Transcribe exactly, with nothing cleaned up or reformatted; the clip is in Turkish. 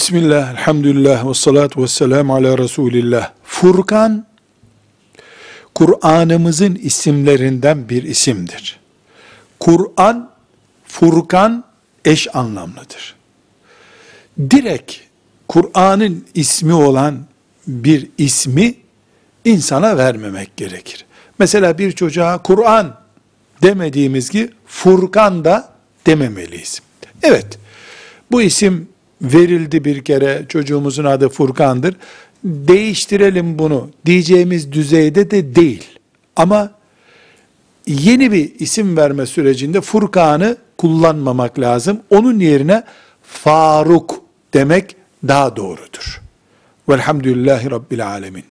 Bismillah, elhamdülillah, ve salatu ve selamu ala Resulillah. Furkan, Kur'an'ımızın isimlerinden bir isimdir. Kur'an, Furkan eş anlamlıdır. Direkt Kur'an'ın ismi olan bir ismi insana vermemek gerekir. Mesela bir çocuğa Kur'an demediğimiz gibi Furkan da dememeliyiz. Evet, bu isim verildi bir kere, çocuğumuzun adı Furkan'dır, değiştirelim bunu diyeceğimiz düzeyde de değil. Ama yeni bir isim verme sürecinde Furkan'ı kullanmamak lazım. Onun yerine Faruk demek daha doğrudur. Velhamdülillahi Rabbil alemin.